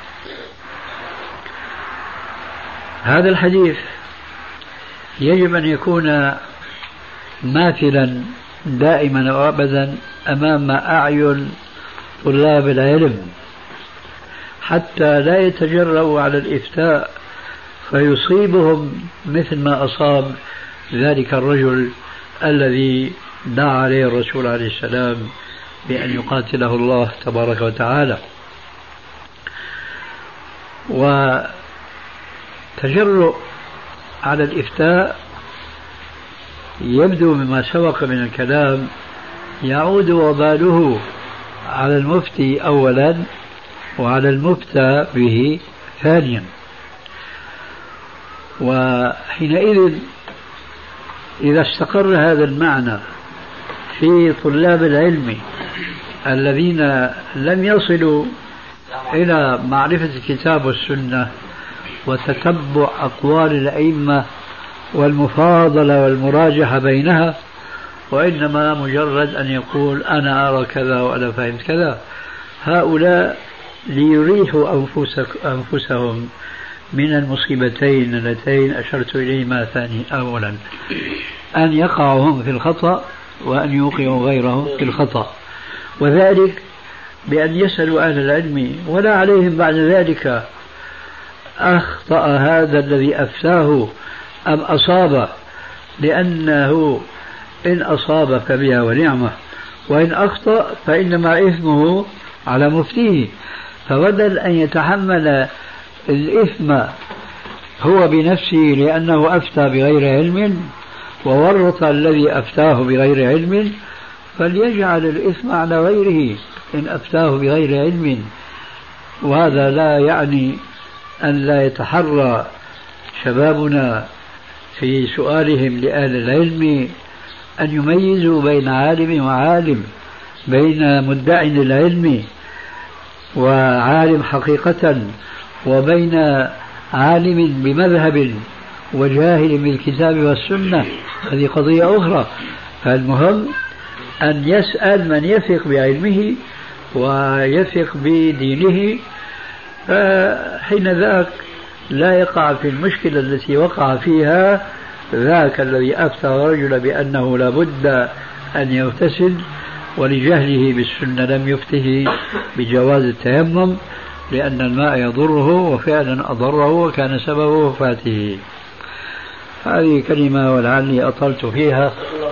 هذا الحديث يجب أن يكون ماثلا دائما وأبدا أمام أعين طلاب العلم حتى لا يتجرؤوا على الإفتاء فيصيبهم مثل ما أصاب ذلك الرجل الذي دعا عليه الرسول عليه السلام بأن يقاتله الله تبارك وتعالى. وتجرؤ على الإفتاء يبدو مما سبق من الكلام يعود وباله على المفتي أولا وعلى المفتى به ثانيا. وحينئذ إذا استقر هذا المعنى في طلاب العلم الذين لم يصلوا إلى معرفة الكتاب والسنة وتتبع أقوال الأئمة والمفاضلة والمراجحة بينها، وإنما مجرد أن يقول أنا أرى كذا وأنا فهمت كذا، هؤلاء ليريحوا أنفسهم من المصيبتين اللتين أشرت إليهما ثاني أولا، أن يقعوا هم في الخطأ وأن يوقعوا غيرهم في الخطأ، وذلك بأن يسألوا أهل العلم ولا عليهم بعد ذلك أخطأ هذا الذي أفتاه أم أصاب، لأنه إن أصاب فبها ونعمة وإن أخطأ فإنما إثمه على مفتيه، فبدل أن يتحمل الإثم هو بنفسه لأنه أفتى بغير علم وورط الذي أفتاه بغير علم، فليجعل الإثم على غيره إن أفتاه بغير علم. وهذا لا يعني أن لا يتحرى شبابنا في سؤالهم لأهل العلم أن يميزوا بين عالم وعالم، بين مدع للعلم وعالم حقيقة، وبين عالم بمذهب وجاهل بالكتاب والسنة، هذه قضية أخرى. فالمهم أن يسأل من يثق بعلمه ويثق بدينه، فحين ذاك لا يقع في المشكلة التي وقع فيها ذاك الذي أفتى رجل بأنه لابد أن يغتسل ولجهله بالسنة لم يفته بجواز التيمم لأن الماء يضره، وفعلا أضره وكان سبب وفاته. هذه كلمة ولعلي أطلت فيها،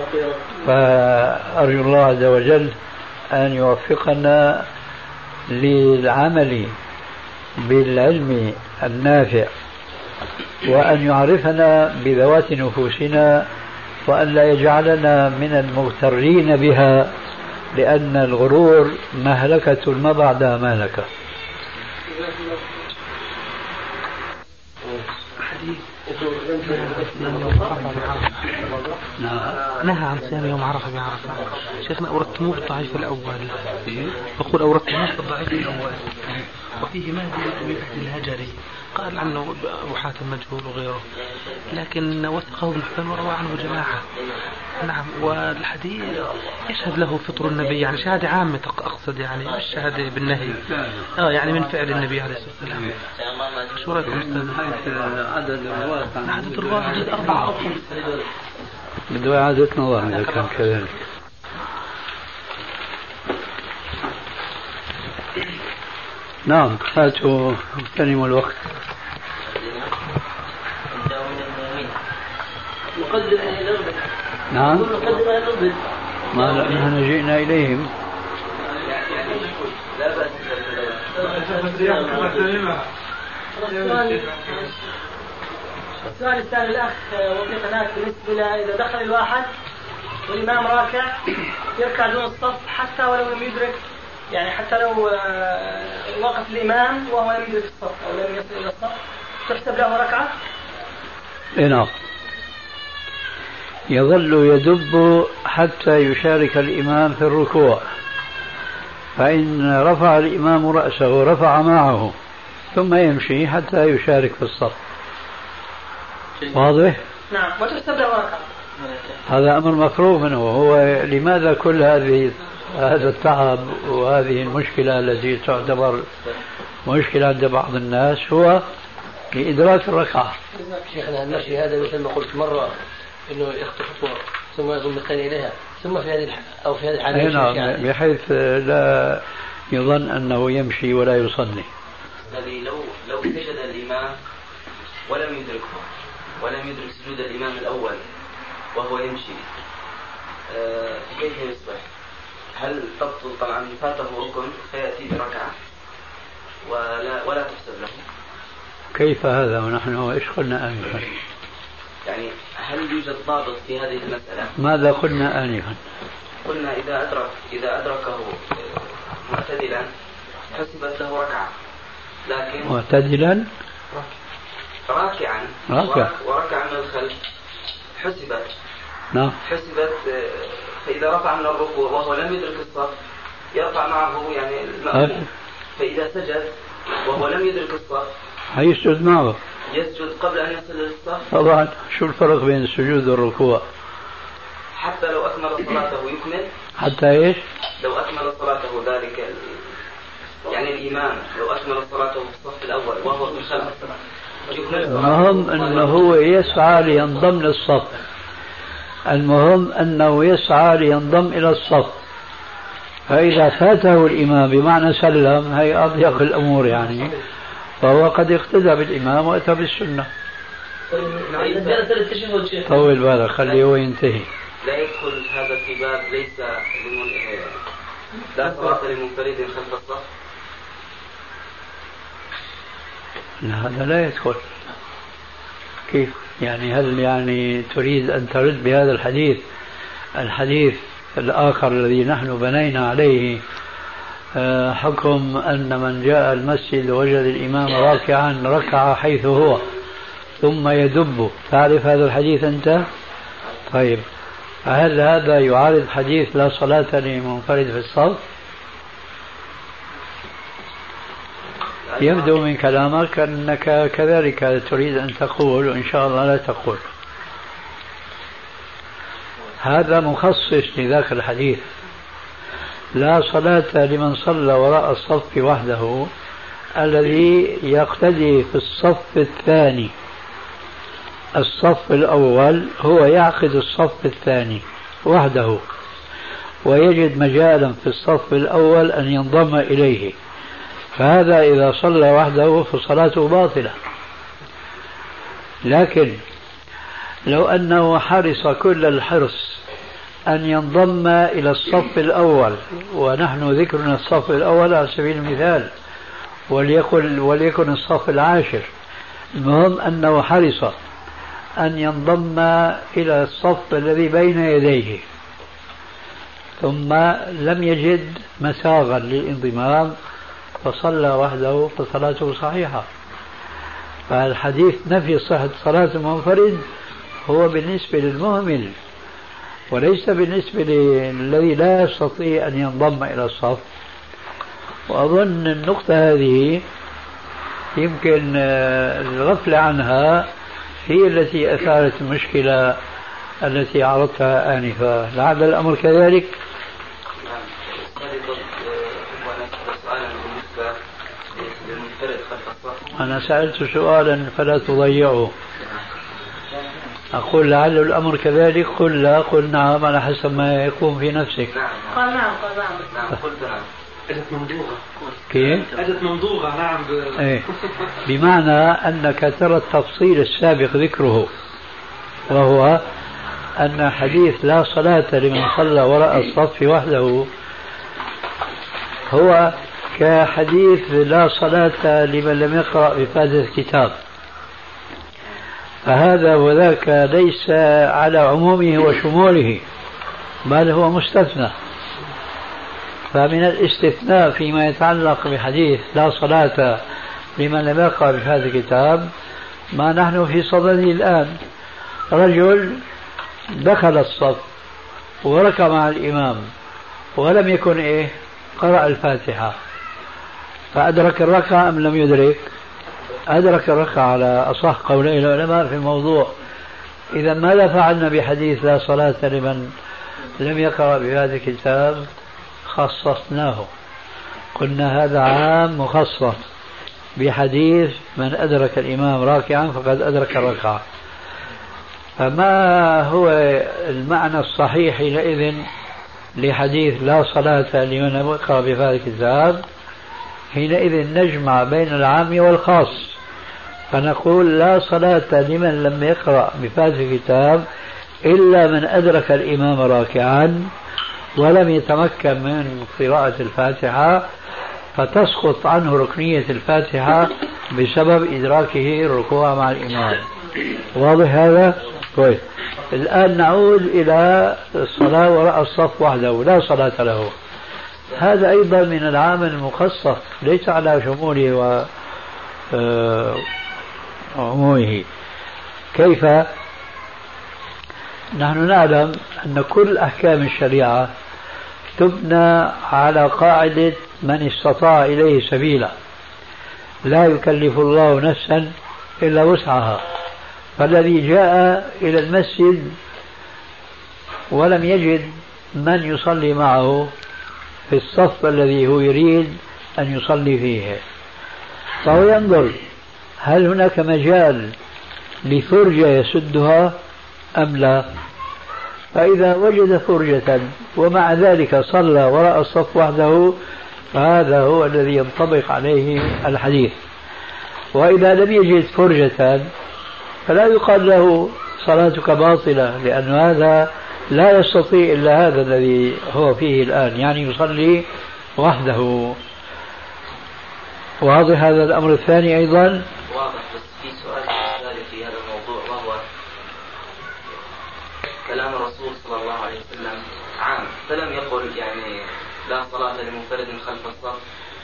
فأرجو الله عز وجل أن يوفقنا للعمل بالعلم النافع وأن يعرفنا بذوات نفوسنا وأن لا يجعلنا من المغترين بها، لأن الغرور مهلكة ما بعدها مهلكة. نهى عن صيام يوم عرفة بعرفة. شيخنا أوردتموه بالضعيف الأول، بقول أوردتموه بالضعيف الأول، وفيه ما من أهل الهجري قال عنه أبو حاتم مجهول وغيره، لكن وثقه ابن حبان وروى عنه جماعة. نعم، والحديث يشهد له فطر النبي، يعني شهادة عامة أقصد، يعني مش شهادة بالنهي، آه يعني من فعل النبي عليه الصلاة والسلام. شو رأيكم أستاذ؟ عدد الرواة عدد الرواة عدد أربعة أو خمسة. بده إعادة نظر إذا كان كذلك. نعم، هاتوا اغتنموا الوقت. مقدم أهل الأرض. نعم، مقدم أهل الأرض. ما نحن جئنا إليهم. لا بأس. السؤال الثاني الأخ وفق هناك بالنسبة إذا دخل الواحد والإمام راكع يركع دون الصف حتى ولو لم يدرك، يعني حتى لو وقف الإمام وهو لم يدرك الصف أو لم يصل إلى الصف تحسب له ركعة؟ نعم، يظل يدب حتى يشارك الإمام في الركوع، فإن رفع الإمام رأسه رفع معه ثم يمشي حتى يشارك في الصف. واضح؟ نعم، وتحسب له ركعة. هذا أمر مفروغ منه. هو لماذا كل هذه هذا التعب وهذه المشكلة التي تعتبر مشكلة عند بعض الناس هو لإدراك الركعة. شيخنا المشي هذا مثل ما قلت مرة إنه يخطو خطوة ثم يضم الثاني إليها ثم في هذه الح... أو في هذه الحالة نعم، يعني بحيث لا يظن أنه يمشي ولا يصلي. الذي لو لو سجد الإمام ولم يدركه ولم يدرك سجود الإمام الأول وهو يمشي، آه كيف يصبح؟ هل تبطل؟ طبعا فاته ركن فيأتي بركعة ولا ولا تحسب له. كيف هذا ونحن ايش قلنا آنفا؟ يعني هل يوجد ضابط في هذه المسألة؟ ماذا قلنا آنفا؟ قلنا إذا أدرك إذا أدركه معتدلا حسبت له ركعة، لكن معتدلا راكعا راكع وركع من الخلف حسبت. نعم، حسبت. فإذا رفع من الركوع وهو لم يدرك الصف يرفع معه يعني المأموم، فإذا سجد وهو لم يدرك الصف هيسجد معه، يسجد قبل أن يصل للصف. طبعا شو الفرق بين السجود والركوع؟ حتى لو أكمل صلاته يكمل. حتى إيش؟ لو أكمل صلاته ذلك يعني الإمام لو أكمل صلاته في الصف الأول وهو في الخلف المهم أنه هو يسعى لينضم للصف، المهم أنه يسعى لينضم إلى الصف، فإذا فاته الإمام بمعنى سلم هي أضيق الأمور يعني، فهو قد اقتدى بالإمام وأتى بالسنة. طول بالك خليه هو ينتهي. لا يدخل هذا في باب ليس لمن... لا صلاة لمنفرد خلف الصف. لا هذا لا يدخل. كيف يعني؟ هل يعني تريد أن ترد بهذا الحديث الحديث الآخر الذي نحن بنينا عليه حكم أن من جاء المسجد وجد الإمام راكعا ركع حيث هو ثم يدب؟ تعرف هذا الحديث أنت؟ طيب، هل هذا يعارض حديث لا صلاة لمنفرد في الصف؟ يبدو من كلامك أنك كذلك تريد أن تقول، وإن شاء الله لا تقول. هذا مخصص لذاك الحديث لا صلاة لمن صلى وراء الصف وحده، الذي يقتدي في الصف الثاني. الصف الأول هو يعقد الصف الثاني وحده ويجد مجالا في الصف الأول أن ينضم إليه، فهذا إذا صلى وحده فصلاته باطلة. لكن لو أنه حرص كل الحرص أن ينضم إلى الصف الأول، ونحن ذكرنا الصف الأول على سبيل المثال وليكن, وليكن الصف العاشر، المهم أنه حرص أن ينضم إلى الصف الذي بين يديه ثم لم يجد مساغا للانضمام فصلى وحده فصلاته صحيحة. فالحديث نفي صحة صلاة المنفرد هو بالنسبة للمهمل وليس بالنسبة للذي لا يستطيع أن ينضم إلى الصف. وأظن النقطة هذه يمكن الغفلة عنها هي التي أثارت المشكلة التي عرضتها آنفا. لعل الأمر كذلك. أنا سألت سؤالا فلا تضيعه. أقول لعل الأمر كذلك. قل لا. قل نعم على حسب ما يكون في نفسك. قال نعم. قال نعم. قلت نعم. أجت ممضوغة. كيف؟ أجت ممضوغة. نعم. إيه. بمعنى أنك ترى التفصيل السابق ذكره وهو أن حديث لا صلاة لمن صلى وراء الصف وحده هو كحديث لا صلاة لمن لم يقرأ بفاتحة الكتاب. فهذا وذاك ليس على عمومه وشموله بل هو مستثنى. فمن الاستثناء فيما يتعلق بحديث لا صلاة لمن لم يقرأ بفاتحة الكتاب ما نحن في صدده الآن. رجل دخل الصف وركع مع الإمام ولم يكن إيه قرأ الفاتحة فأدرك الركعة أم لم يدرك؟ أدرك الركعة على أصح قولي العلماء في الموضوع. إذا ماذا فعلنا بحديث لا صلاة لمن لم يقرأ بهذا الكتاب؟ خصصناه. قلنا هذا عام مخصص بحديث من أدرك الإمام راكعا فقد أدرك الركعة. فما هو المعنى الصحيح حينئذ لحديث لا صلاة لمن لم يقرأ بهذا الكتاب؟ حينئذ نجمع بين العام والخاص فنقول لا صلاة لمن لم يقرأ بفاتحة الكتاب إلا من أدرك الإمام راكعا ولم يتمكن من قراءة الفاتحة فتسقط عنه ركنية الفاتحة بسبب إدراكه الركوع مع الإمام. واضح هذا؟ طيب الآن نعود إلى الصلاة وراء الصف وحده لا صلاة له. هذا أيضا من العامل المخصص ليس على شموله وعمومه. كيف؟ نحن نعلم أن كل أحكام الشريعة تبنى على قاعدة من استطاع إليه سبيلا. لا يكلف الله نفسا إلا وسعها. فالذي جاء إلى المسجد ولم يجد من يصلي معه في الصف الذي هو يريد أن يصلي فيه فهو ينظر هل هناك مجال لفرجة يسدها أم لا. فإذا وجد فرجة ومع ذلك صلى وراء الصف وحده فهذا هو الذي ينطبق عليه الحديث. وإذا لم يجد فرجة فلا يقال له صلاتك باطلة لأن هذا لا يستطيع إلا هذا الذي هو فيه الآن يعني يصلي وحده. واضح هذا الأمر الثاني أيضا؟ واضح. بس في سؤال في هذا الموضوع وهو كلام الرسول صلى الله عليه وسلم عام فلم يقل يعني لا صلاة لمنفرد خلف الصف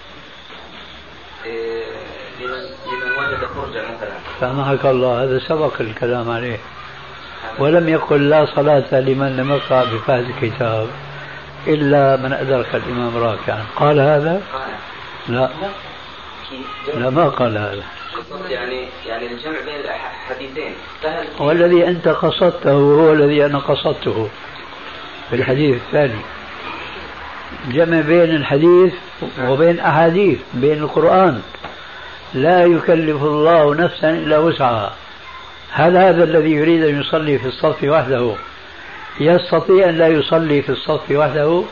إيه لمن, لمن وجد فرجة مثلا. سامحك الله هذا سبق الكلام عليه. ولم يقل لا صلاة لمن لم يقرأ بفاتحة الكتاب إلا من أدرك الإمام راكعا. قال هذا؟ لا لا ما قال هذا. يعني يعني الجمع بين الحديثين سهل. والذي أنت قصدته هو الذي أنا قصدته في الحديث الثاني. جمع بين الحديث وبين أحاديث بين القرآن. لا يكلف الله نفسا إلا وسعها. هل هذا الذي يريد أن يصلي في الصف وحده يستطيع أن لا يصلي في الصف وحده؟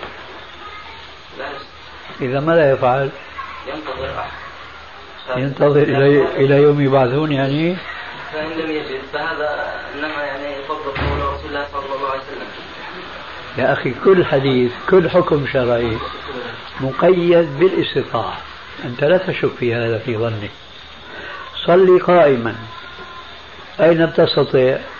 إذا ماذا يفعل؟ ينتظر أحد. ينتظر إلى إلى يوم يبعثون يعني. فإن لم يجد فهذا إنما يعني يفضل قول رسول الله صلى الله عليه وسلم. يا أخي كل حديث كل حكم شرعي مقيد بالاستطاعة. أنت لا تشك في هذا في ظني. صلي قائما أين تستطيع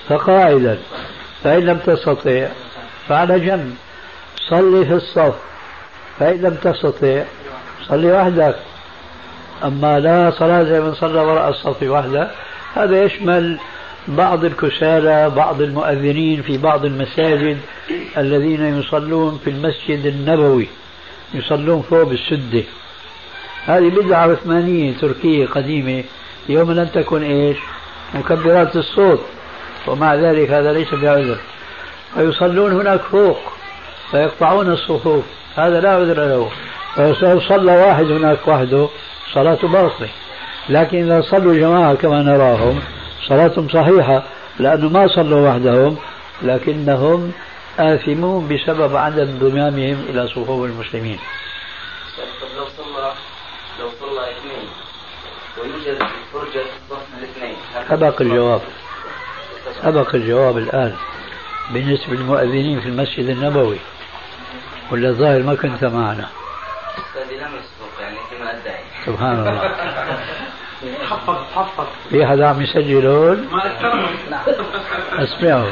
فقاعدا، فإن لم تستطع فعلى جنب، صلي في الصف، فإن لم تستطع صلي وحدك. أما لا صلاة زي من صلى وراء الصف وحده، هذا يشمل بعض الكسالى، بعض المؤذنين في بعض المساجد الذين يصلون في المسجد النبوي، يصلون فوق بالسدة. هذه بدعة عثمانية تركية قديمة، يوم لم تكن إيش مكبرات الصوت، ومع ذلك هذا ليس بعذر، فيصلون هناك فوق فيقطعون الصفوف، هذا لا عذر له. فلو صلى واحد هناك وحده صلاته باطلة، لكن إذا صلوا جماعة كما نراهم صلاتهم صحيحة، لأنه ما صلوا وحدهم لكنهم آثمون بسبب عدم انضمامهم إلى صفوف المسلمين. لو صلى لو صلى اثنين ويوجد فرجة في الصف الاثنين، سبق الجواب سبق الجواب الآن بالنسبة للمؤذنين في المسجد النبوي، ولا الظاهر ما كنت معنا؟ أستاذي لم يسبق يعني كما أدعي. سبحان الله. حفظ حفظ في حدا عم يسجلون؟ ما أستمع. أسمعه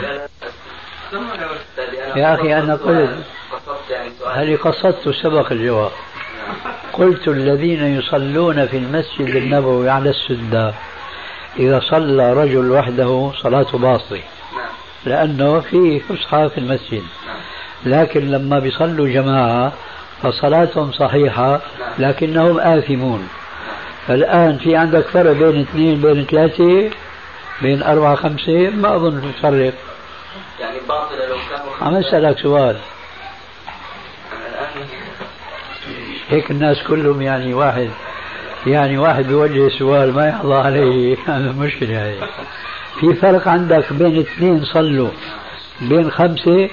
يا أخي. أنا قلت هل قصدت سبق الجواب؟ قلت الذين يصلون في المسجد النبوي على السدة إذا صلى رجل وحده صلاته باطلة لأنه في فسحة في المسجد، لكن لما بيصلوا جماعة فصلاتهم صحيحة لكنهم آثمون. فالآن في عندك فرق بين اثنين بين ثلاثة بين أربعة خمسة، ما أظن تفرق. يعني باطلة لو كانوا. عم أسألك سؤال، هيك الناس كلهم يعني واحد يعني واحد بيوجه سؤال ما يحظى عليه، هذا مشكلة هاي. في فرق عندك بين اثنين صلوا بين خمسة؟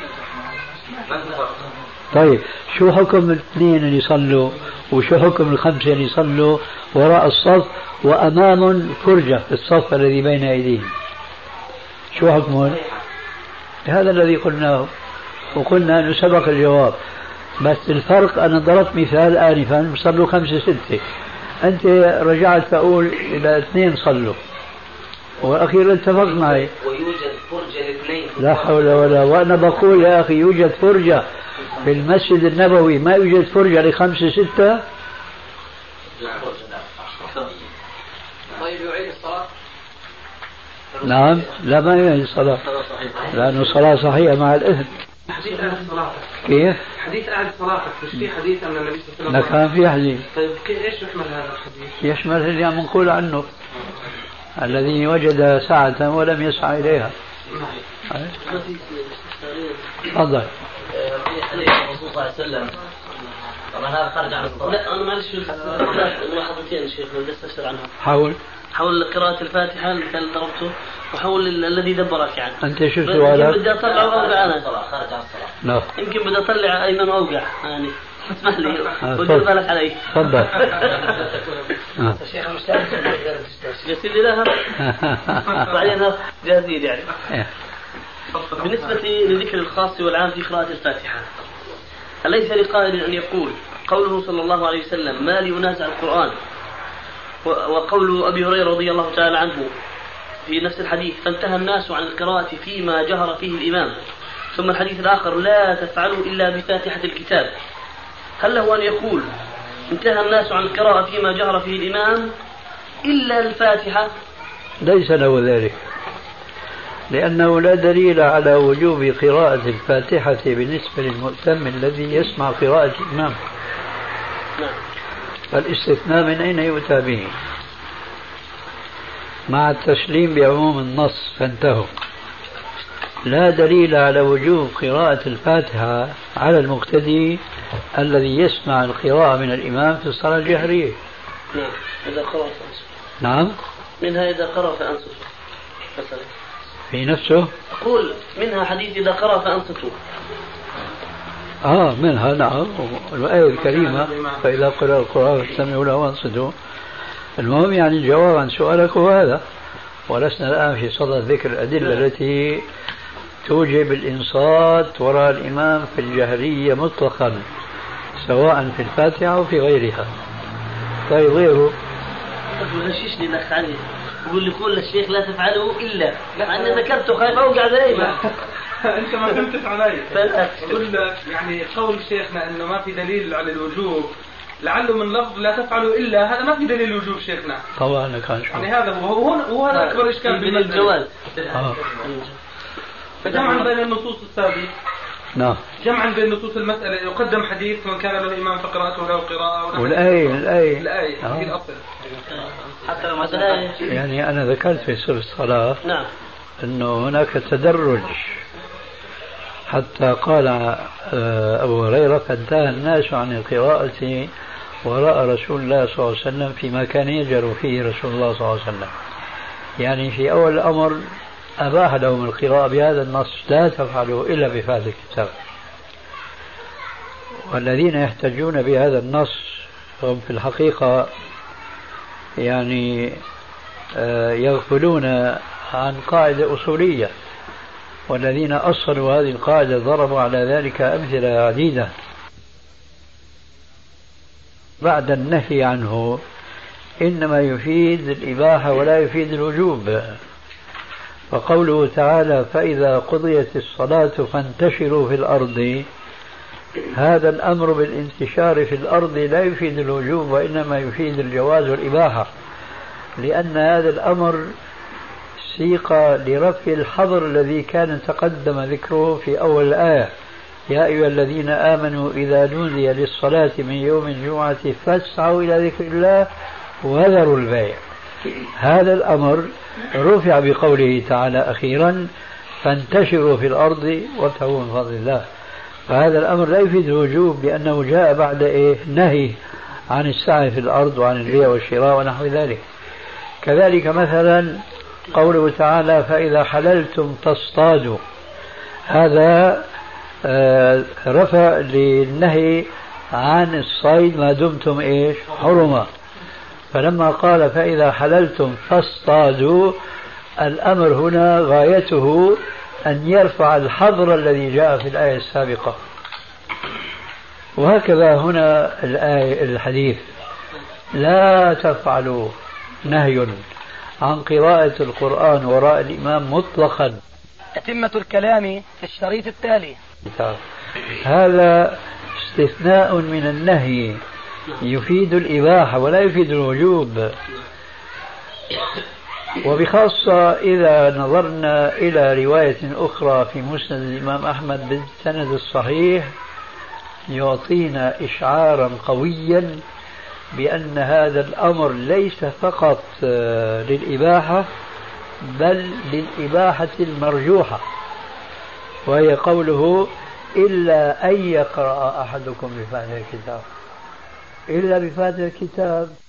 طيب شو حكم الاثنين اللي يصلوا وشو حكم الخمسة اللي يصلوا وراء الصف وأمام فرجة في الصف الذي بين أيديهم؟ شو حكمهم؟ هذا الذي قلناه، وقلنا أنه سبق الجواب. بس الفرق أنا ضربت مثال آنفا صلوا خمسة ستة، أنت رجعت تقول إذا اثنين صلوا وأخيرا اتفق معي ويوجد فرجة لاثنين. لا حول ولا، وأنا بقول يا أخي يوجد فرجة في المسجد النبوي، ما يوجد فرجة لخمسة ستة. طيب يعيد الصلاة؟ نعم لا ما يعيد الصلاة لأنه الصلاة صحيحة مع الإثم. حديث أهل صلاتك كيف؟ حديث أهل صلاتك مش في حديث أن النبي صلى الله عليه وسلم. كان في حديث. طيب كيف إيش يحمل هذا الحديث؟ يشمل اللي عم نقول عنه الذي وجد ساعة ولم يسعى إليها. تفضل. في حديث الرسول صلى الله عليه وسلم، طبعا هذا خارج عن الصلاة. لا أنا معلش ملاحظتين شيخ بدي استفسر عنها. حاول. حول قراءة الفاتحة اللي كان ضربته، وحول الذي دبرك يعني. أنت شو سؤالك؟ بدي أطلع وأوقع أنا. خارج عن الصلاة. لا. يمكن بدي أطلع أيمن وأوقع يعني. اسمح لي ودير بالك علي. تفضل. الشيخ مستعد يا سيدي لها بعدين جاهزين يعني. بالنسبة لذكر الخاص والعام في قراءة الفاتحة، أليس لقائل أن يقول قوله صلى الله عليه وسلم ما لي أنازع القرآن، وقول أبي هريرة رضي الله تعالى عنه في نفس الحديث فانتهى الناس عن القراءة فيما جهر فيه الإمام، ثم الحديث الآخر لا تفعلوا إلا بفاتحة الكتاب، هل له أن يقول انتهى الناس عن القراءة فيما جهر فيه الإمام إلا الفاتحة؟ ليس له ذلك، لأنه لا دليل على وجوب قراءة الفاتحة بالنسبة للمؤتم الذي يسمع قراءة الإمام. نعم. فالاستثناء من أين يؤتى به؟ مع التسليم بعموم النص فانتهوا. لا دليل على وجوب قراءة الفاتحة على المقتدي الذي يسمع القراءة من الإمام في الصلاة الجهرية. نعم. إذا قرأ فأنصت. نعم. منها إذا قرأ فأنصت مثلا. في نفسه. أقول منها حديث إذا قرأ فأنصتوا. آه منها نعم، الآية الكريمة فإذا قرأ القرآن فاستمعوا له وانصتوا. المهم يعني الجواب عن سؤالك هو هذا، ولسنا الآن في صدد ذكر الأدلة التي توجب الإنصات وراء الإمام في الجهرية مطلقا سواء في الفاتحة أو في غيرها. طيب غيره غششني لك علي يقول لي قول للشيخ لا تفعلوا إلا مع أني ذكرته خايف أوقع عليه. أنت ما فهمتش علي. أقول لك يعني قول شيخنا إنه ما في دليل على الوجوب لعله من لفظ لا تفعلوا إلا، هذا ما في دليل وجوب شيخنا. طبعا كان شو. يعني هذا هو هو هذا أكبر إشكال في الجواز. آه. فجمعا بين النصوص السابقة. نعم. جمعا بين نصوص المسألة يقدم حديث من كان له إمام فقراءته له قراءة. والآية الآية. الآية آه. هي الأصل. حتى لو مثلا يعني أنا ذكرت في سورة الصلاة. نعم. أنه هناك تدرج حتى قال أبو هريرة فانتهى الناس عن القراءة وراء رسول الله صلى الله عليه وسلم فيما كان يجر فيه رسول الله صلى الله عليه وسلم. يعني في أول الأمر أباح لهم القراءة بهذا النص لا تفعلوا إلا بفعل الكتاب. والذين يحتجون بهذا النص هم في الحقيقة يعني يغفلون عن قاعدة أصولية، والذين أصلوا هذه القاعدة ضربوا على ذلك أمثلة عديدة. بعد النهي عنه إنما يفيد الإباحة ولا يفيد الوجوب. فقوله تعالى فإذا قضيت الصلاة فانتشروا في الأرض، هذا الأمر بالانتشار في الأرض لا يفيد الوجوب وإنما يفيد الجواز والإباحة، لأن هذا الأمر سيق لرفع الحظر الذي كان تقدم ذكره في أول الآية يا أيها الذين آمنوا إذا نودي للصلاة من يوم الجمعة فاسعوا إلى ذكر الله وذروا البيع. هذا الأمر رفع بقوله تعالى أخيرا فانتشروا في الأرض وابتغوا من فضل الله. فهذا الأمر لا يفيد الوجوب لأنه جاء بعد إيه نهي عن السعي في الأرض وعن البيع والشراء ونحو ذلك. كذلك مثلا قوله تعالى فإذا حللتم تصطادوا، هذا آه رفع للنهي عن الصيد ما دمتم إيش حرمة. فلما قال فإذا حللتم فاصطادوا، الأمر هنا غايته أن يرفع الحظر الذي جاء في الآية السابقة. وهكذا هنا الآية الحديث لا تفعلوا نهي عن قراءة القرآن وراء الإمام مطلقا. أتمة الكلام في الشريط التالي. هذا استثناء من النهي يفيد الإباحة ولا يفيد الوجوب. وبخاصة إذا نظرنا إلى رواية أخرى في مسند الإمام أحمد بالسند الصحيح يعطينا إشعارا قويا بأن هذا الأمر ليس فقط للإباحة بل للإباحة المرجوحة، وهي قوله إلا أن يقرأ أحدكم بفاتحة الكتاب. إلا بفاتحة الكتاب